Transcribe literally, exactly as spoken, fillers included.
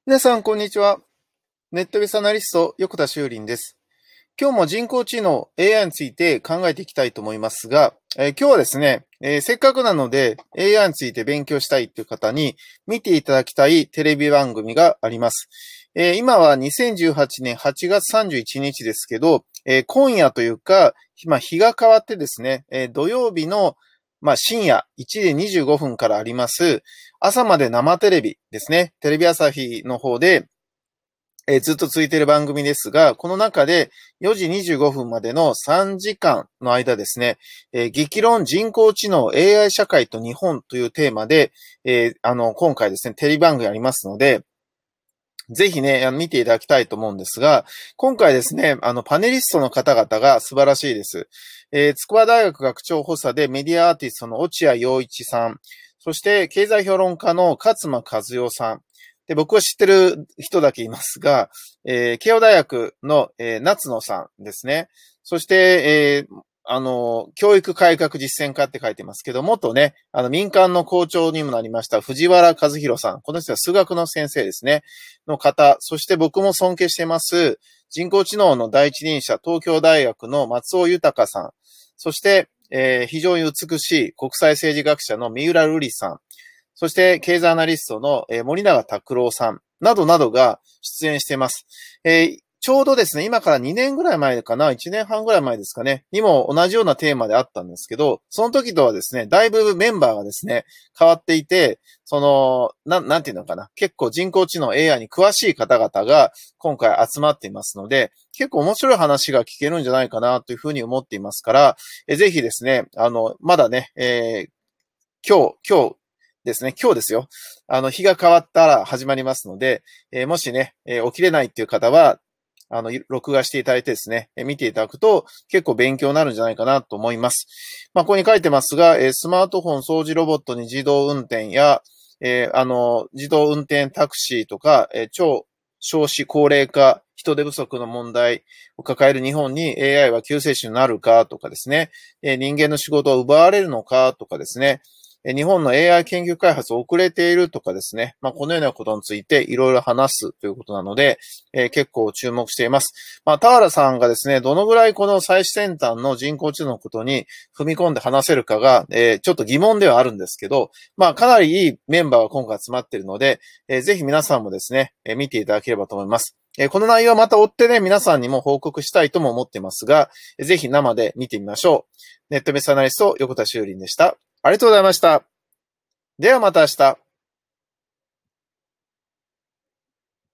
皆さん、こんにちは。ネットベースアナリスト、横田修林です。今日も人工知能 エーアイ について考えていきたいと思いますが、えー今日はですね、えーせっかくなので エーアイ について勉強したいという方に見ていただきたいテレビ番組があります。えー今はにせんじゅうはちねんはちがつさんじゅういちにちですけど、えー今夜というか、まあ、日が変わってですね、えー土曜日のまあ、深夜いちじにじゅうごふんからあります、朝まで生テレビですね。テレビ朝日の方で、えーずっと続いている番組ですが、この中でよじにじゅうごふんまでのさんじかんの間ですね、えー激論人工知能 エーアイ 社会と日本というテーマで、えーあの、今回ですね、テレビ番組ありますので、ぜひね、見ていただきたいと思うんですが、今回ですね、あの、パネリストの方々が素晴らしいです。えー、筑波大学学長補佐でメディアアーティストの落合陽一さん、そして経済評論家の勝間和代さん、で、僕は知ってる人だけいますが、えー、慶応大学の、えー夏野さんですね。そして、えーあの、教育改革実践家って書いてますけど、元ね、あの、民間の校長にもなりました藤原和弘さん。この人は数学の先生ですね。の方、そして僕も尊敬しています、人工知能の第一人者、東京大学の松尾豊さん、そして、えー非常に美しい国際政治学者の三浦瑠麗さん、そして経済アナリストの、えー森永拓郎さん、などなどが出演しています。えーちょうどですね、今からにねんぐらい前かな、いちねんはんぐらい前ですかね、にも同じようなテーマであったんですけど、その時とはですね、だいぶメンバーがですね、変わっていて、その、なん、なんていうのかな。結構人工知能 エーアイ に詳しい方々が今回集まっていますので、結構面白い話が聞けるんじゃないかなというふうに思っていますから、えぜひですね、あの、まだね、えー今日、今日ですね、今日ですよ。あの、日が変わったら始まりますので、えーもしね、えー起きれないっていう方は、あの、録画していただいてですね、えー見ていただくと結構勉強になるんじゃないかなと思います。まあ、ここに書いてますが、えースマートフォン掃除ロボットに自動運転や、えーあの、自動運転タクシーとか、えー超少子高齢化、人手不足の問題を抱える日本に エーアイ は救世主になるかとかですね、えー人間の仕事を奪われるのかとかですね、日本の エーアイ 研究開発遅れているとかですね、まあ、このようなことについていろいろ話すということなので、えー結構注目しています。まあ、田原さんがですね、どのぐらいこの最先端の人工知能のことに踏み込んで話せるかが、えーちょっと疑問ではあるんですけど、まあ、かなりいいメンバーが今回集まっているので、えーぜひ皆さんもですね、えー見ていただければと思います。えーこの内容はまた追ってね、皆さんにも報告したいとも思っていますが、えーぜひ生で見てみましょう。ネットベースアナリスト、横田修林でした。ありがとうございました。ではまた明日。